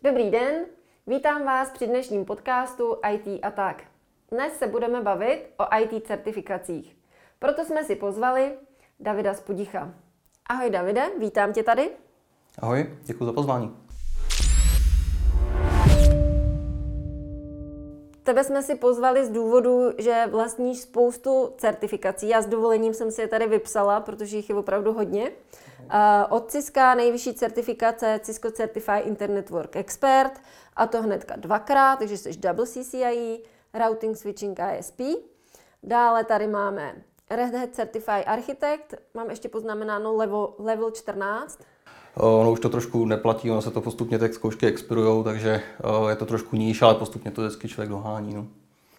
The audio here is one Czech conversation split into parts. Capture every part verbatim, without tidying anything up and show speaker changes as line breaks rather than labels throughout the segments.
Dobrý den, vítám vás při dnešním podcastu í té a tak. Dnes se budeme bavit o í té certifikacích. Proto jsme si pozvali Davida Spudicha. Ahoj Davide, vítám tě tady.
Ahoj, děkuji za pozvání.
Tebe jsme si pozvali z důvodu, že vlastníš spoustu certifikací. Já s dovolením jsem si je tady vypsala, protože jich je opravdu hodně. Uh, od Cisca nejvyšší certifikace Cisco Certified Internet Network Expert, a to hnedka dvakrát, takže jsi double C C I E, Routing Switching I S P. Dále tady máme Red Hat Certified Architect, mám ještě poznamenáno level, level čtrnáct.
Ono už to trošku neplatí, ono se to postupně tak zkoušky expirujou, takže je to trošku níž, ale postupně to vždycky člověk dohání. No.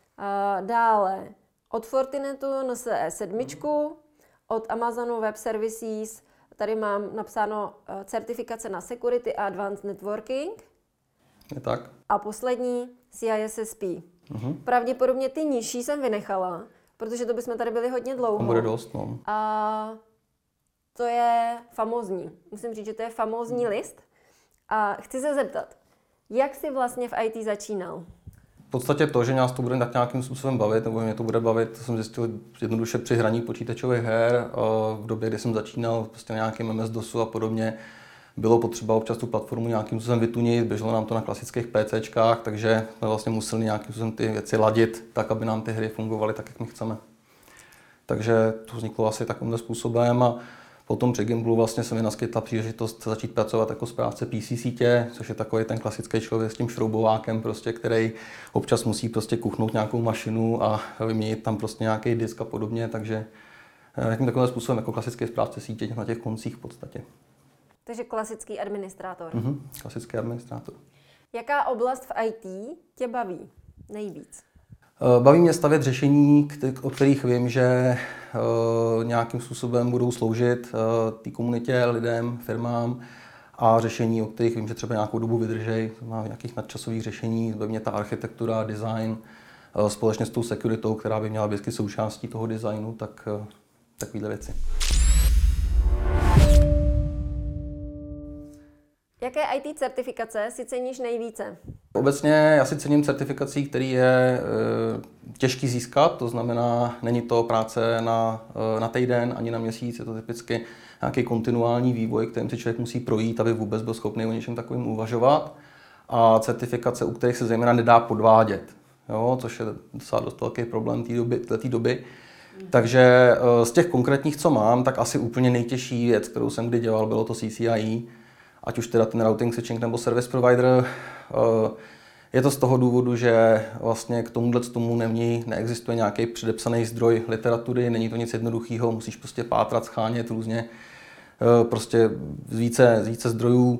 Dále od Fortinetu N S E sedm, od Amazonu Web Services, tady mám napsáno certifikace na Security a Advanced Networking.
Je tak.
A poslední C I S S P.
Uh-huh.
Pravděpodobně ty nižší jsem vynechala, protože to bychom tady byli hodně dlouho.
To bude dost, no.
A to je famózní. Musím říct, že to je famózní list. A chci se zeptat, jak jsi vlastně v í té začínal?
V podstatě to, že nás to bude tak nějakým způsobem bavit, nebo mě to bude bavit, to jsem zjistil jednoduše při hraní počítačových her. V době, kdy jsem začínal prostě na nějakým M S DOSu a podobně, bylo potřeba občas tu platformu nějakým způsobem vytunit, běželo nám to na klasických PCčkách, takže jsme vlastně museli nějakým způsobem ty věci ladit tak, aby nám ty hry fungovaly tak, jak my chceme. Takže to vzniklo asi takovýmhle způsobem a potom při Gimblu vlastně se mi naskytla příležitost začít pracovat jako správce P C sítě, což je takový ten klasický člověk s tím šroubovákem, prostě, který občas musí prostě kuchnout nějakou mašinu a vyměnit tam prostě nějaký disk a podobně, takže jakým takovým způsobem jako klasický správce sítě na těch koncích v podstatě.
Takže klasický administrátor.
Mm-hmm, klasický administrátor.
Jaká oblast v í té tě baví nejvíc?
Baví mě stavět řešení, o kterých vím, že nějakým způsobem budou sloužit té komunitě, lidem, firmám a řešení, o kterých vím, že třeba nějakou dobu vydržej, to má nějakých nadčasových řešení, baví mě ta architektura, design, společně s tou securitou, která by měla být součástí toho designu, tak takovéhle věci.
Jaké í té certifikace si ceníš nejvíce?
Obecně já si cením certifikací, který je e, těžký získat, to znamená, není to práce na, e, na týden ani na měsíc, je to typicky nějaký kontinuální vývoj, kterým si člověk musí projít, aby vůbec byl schopný o něčem takovým uvažovat. A certifikace, u kterých se zejména nedá podvádět, jo, což je docela dost velký problém té doby. Té doby. Mm. Takže e, z těch konkrétních, co mám, tak asi úplně nejtěžší věc, kterou jsem kdy dělal, bylo to C C I E. Ať už teda ten routing switching nebo service provider. Je to z toho důvodu, že vlastně k tomuhle tomu nevní, neexistuje nějaký předepsaný zdroj literatury, není to nic jednoduchého, musíš prostě pátrat, schánět různě prostě z více, z více zdrojů.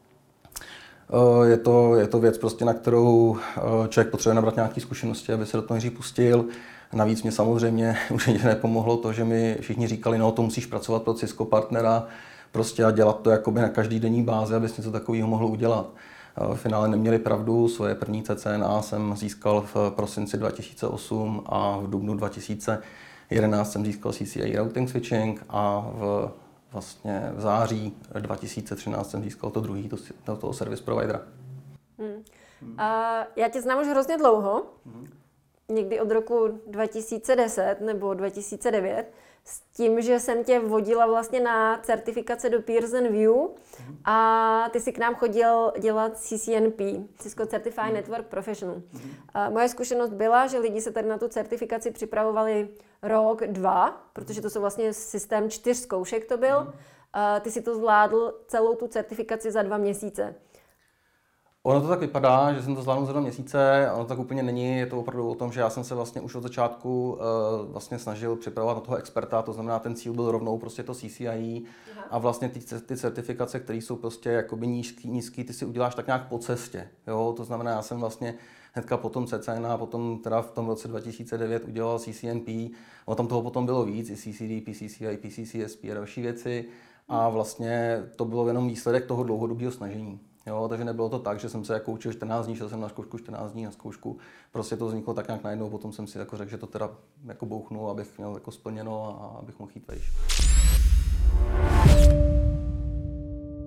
Je to, je to věc, prostě, na kterou člověk potřebuje nabrat nějaké zkušenosti, aby se do toho nejdřív pustil. Navíc mě samozřejmě určitě nepomohlo to, že mi všichni říkali, no to musíš pracovat pro Cisco partnera, prostě a dělat to jakoby na každý denní bázi, abys něco takového mohl udělat. V finále neměli pravdu, svoje první C C N A jsem získal v prosinci dva tisíce osm a v dubnu dva tisíce jedenáct jsem získal C C I E Routing Switching a v, vlastně v září dva tisíce třináct jsem získal to druhý, to, toho service providera.
Hmm. A já tě znám už hrozně dlouho, hmm. někdy od roku dva tisíce deset nebo dva tisíce devět, s tím, že jsem tě vodila vlastně na certifikace do Pearson View a ty si k nám chodil dělat C C N P, Cisco Certified Network Professional. A moje zkušenost byla, že lidi se tady na tu certifikaci připravovali rok, dva, protože to jsou vlastně systém čtyř zkoušek to byl. A ty si to zvládl celou tu certifikaci za dva měsíce.
Ono to tak vypadá, že jsem to zvládnul za dva měsíce, ono to tak úplně není, je to opravdu o tom, že já jsem se vlastně už od začátku uh, vlastně snažil připravovat na toho experta, to znamená, ten cíl byl rovnou prostě to C C I E. Aha. A vlastně ty, ty certifikace, které jsou prostě jakoby nízký, nízký, ty si uděláš tak nějak po cestě, jo, to znamená, já jsem vlastně hnedka potom C C N A, potom teda v tom roce dva tisíce devět udělal C C N P, ono tam toho potom bylo víc, i C C D, P C C I, P C C S P a další věci a vlastně to bylo jenom výsledek toho dlouhodobého snažení. Jo, takže nebylo to tak, že jsem se jako učil čtrnáct dní, šel jsem na zkoušku čtrnáct dní na zkoušku. Prostě to vzniklo tak nějak najednou, potom jsem si jako řekl, že to teda jako bouchnu, abych měl jako splněno a abych mohl jít vejš.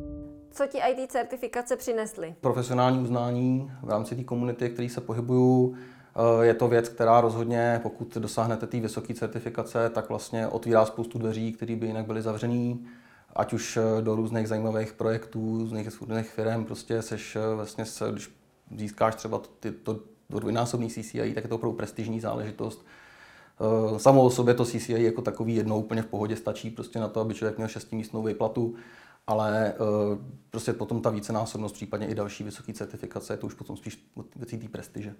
co ti í té certifikace přinesly?
Profesionální uznání v rámci té komunity, které se pohybuju, je to věc, která rozhodně, pokud dosáhnete té vysoké certifikace, tak vlastně otvírá spoustu dveří, které by jinak byly zavřený, ať už do různých zajímavých projektů, různých, různých firm, prostě seš vlastně, když získáš třeba to, to, to dvojnásobný C C I, tak je to opravdu prestižní záležitost. Samo o sobě to C C I jako takový jednou úplně v pohodě stačí prostě na to, aby člověk měl šestimístnou výplatu, ale prostě potom ta vícenásobnost, případně i další vysoké certifikace, je to už potom spíš věcí té prestiže.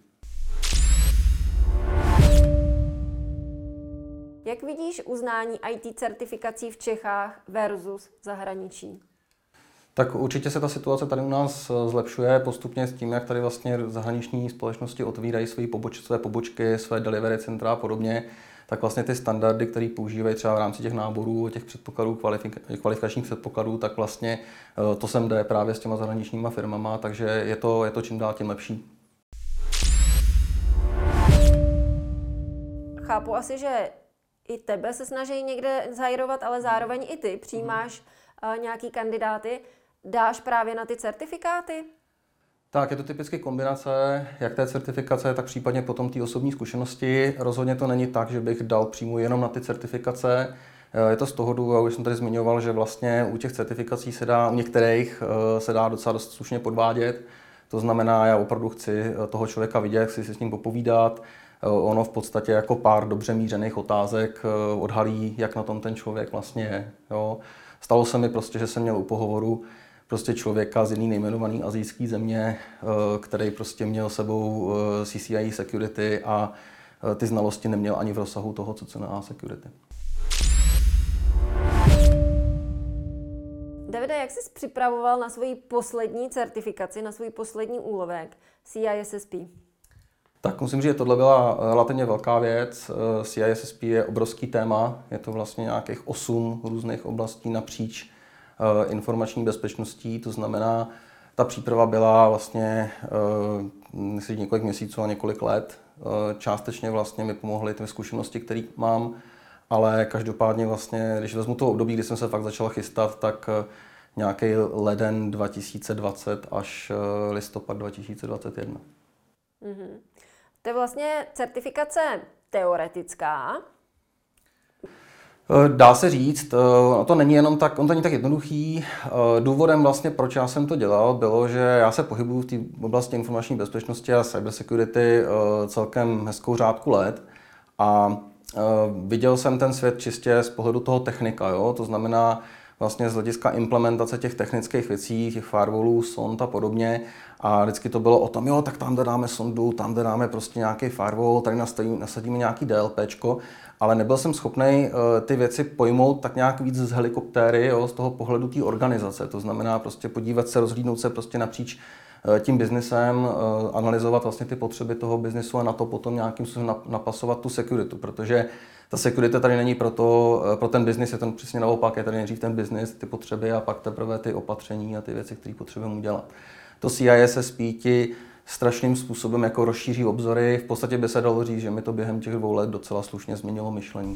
Jak vidíš uznání í té certifikací v Čechách versus v zahraničí?
Tak určitě se ta situace tady u nás zlepšuje postupně s tím, jak tady vlastně zahraniční společnosti otvírají své poboč, své pobočky, své delivery centra a podobně, tak vlastně ty standardy, které používají třeba v rámci těch náborů, těch předpokladů, kvalifika- kvalifikačních předpokladů, tak vlastně to sem jde právě s těma zahraničníma firmama, takže je to, je to čím dál tím lepší.
Chápu asi, že i tebe se snaží někde zhajrovat, ale zároveň i ty přijímáš uh, nějaký kandidáty. Dáš právě na ty certifikáty?
Tak, je to typicky kombinace jak té certifikace, tak případně potom té osobní zkušenosti. Rozhodně to není tak, že bych dal přímo jenom na ty certifikace. Je to z toho důvodu, už jsem tady zmiňoval, že vlastně u těch certifikací se dá, u některých se dá docela dost slušně podvádět. To znamená, já opravdu chci toho člověka vidět, chci si s ním popovídat. Ono v podstatě jako pár dobře mířených otázek odhalí, jak na tom ten člověk vlastně je. Jo. Stalo se mi prostě, že jsem měl u pohovoru prostě člověka z jedné nejmenované asijské země, který prostě měl sebou C C I security a ty znalosti neměl ani v rozsahu toho, co C N A security.
Davide, jak jsi připravoval na svoji poslední certifikaci, na svůj poslední úlovek C I S S P?
Tak musím říct, že tohle byla relativně velká věc. C I S S P je obrovský téma, je to vlastně nějakých osm různých oblastí napříč informační bezpečností, to znamená, ta příprava byla vlastně uh, několik měsíců a několik let. Uh, částečně vlastně mi pomohly ty zkušenosti, které mám, ale každopádně vlastně, když vezmu to období, kdy jsem se fakt začal chystat, tak uh, nějaký leden dva tisíce dvacet až uh, listopad dva tisíce dvacet jedna.
Mm-hmm. To je vlastně certifikace teoretická.
Dá se říct, to není jenom tak, on to není tak jednoduchý. Důvodem vlastně, proč já jsem to dělal, bylo, že já se pohybuju v té oblasti informační bezpečnosti a cybersecurity celkem hezkou řádku let a viděl jsem ten svět čistě z pohledu toho technika, jo? To znamená vlastně z hlediska implementace těch technických věcí, těch firewallů, sond a podobně. A vždycky to bylo o tom, jo, tak tam dáme sondu, tam dáme prostě nějaký firewall, tady nastavíme, nasadíme nějaký DLPčko, ale nebyl jsem schopný uh, ty věci pojmout tak nějak víc z helikoptéry, jo, z toho pohledu té organizace. To znamená prostě podívat se, rozhlídnout se prostě napříč uh, tím biznesem, uh, analyzovat vlastně ty potřeby toho biznesu a na to potom nějakým způsobem napasovat tu security, protože ta security tady není proto, pro ten biznis, je to přesně naopak, je tady nejdřív ten biznis, ty potřeby a pak teprve ty opatření a ty věci, které potřebujeme udělat. To C I S S P ti strašným způsobem jako rozšíří obzory, v podstatě by se dalo říct, že mi to během těch dvou let docela slušně změnilo myšlení.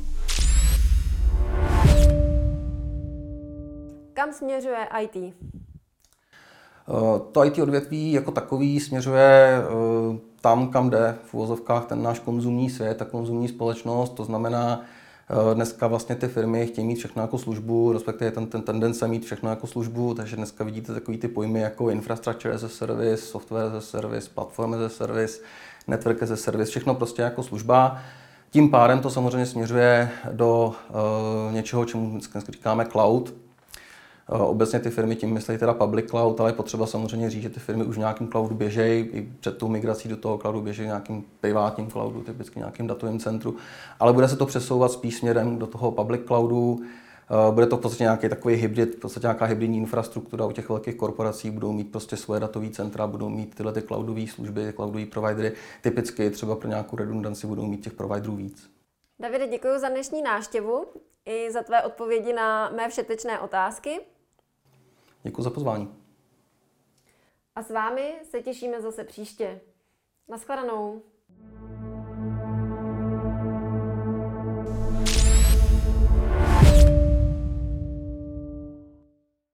Kam směřuje í té?
To í té odvětví jako takový směřuje tam, kam jde v uvozovkách ten náš konzumní svět, ta konzumní společnost, to znamená, dneska vlastně ty firmy chtějí mít všechno jako službu, respektive ten, ten tendence mít všechno jako službu, takže dneska vidíte takový ty pojmy jako infrastructure as a service, software as a service, platform as a service, network as a service, všechno prostě jako služba. Tím pádem to samozřejmě směřuje do uh, něčeho, čemu dneska říkáme cloud. Obecně ty firmy tím myslí teda public cloud, ale je potřeba samozřejmě říct, že ty firmy už v nějakém cloudu běžejí, i před tou migrací do toho cloudu běží v nějakým privátním cloudu, typicky nějakým datovém centru, ale bude se to přesouvat spíš směrem do toho public cloudu. Bude to v podstatě nějaký takový hybrid, v podstatě nějaká hybridní infrastruktura u těch velkých korporací, budou mít prostě svoje datové centra, budou mít tyhle ty cloudové služby, cloudové providery, typicky třeba pro nějakou redundanci budou mít těch providerů víc.
Davide, děkuji za dnešní návštěvu i za tvé odpovědi na mé všetečné otázky.
Děkuji za pozvání.
A s vámi se těšíme zase příště. Naschledanou.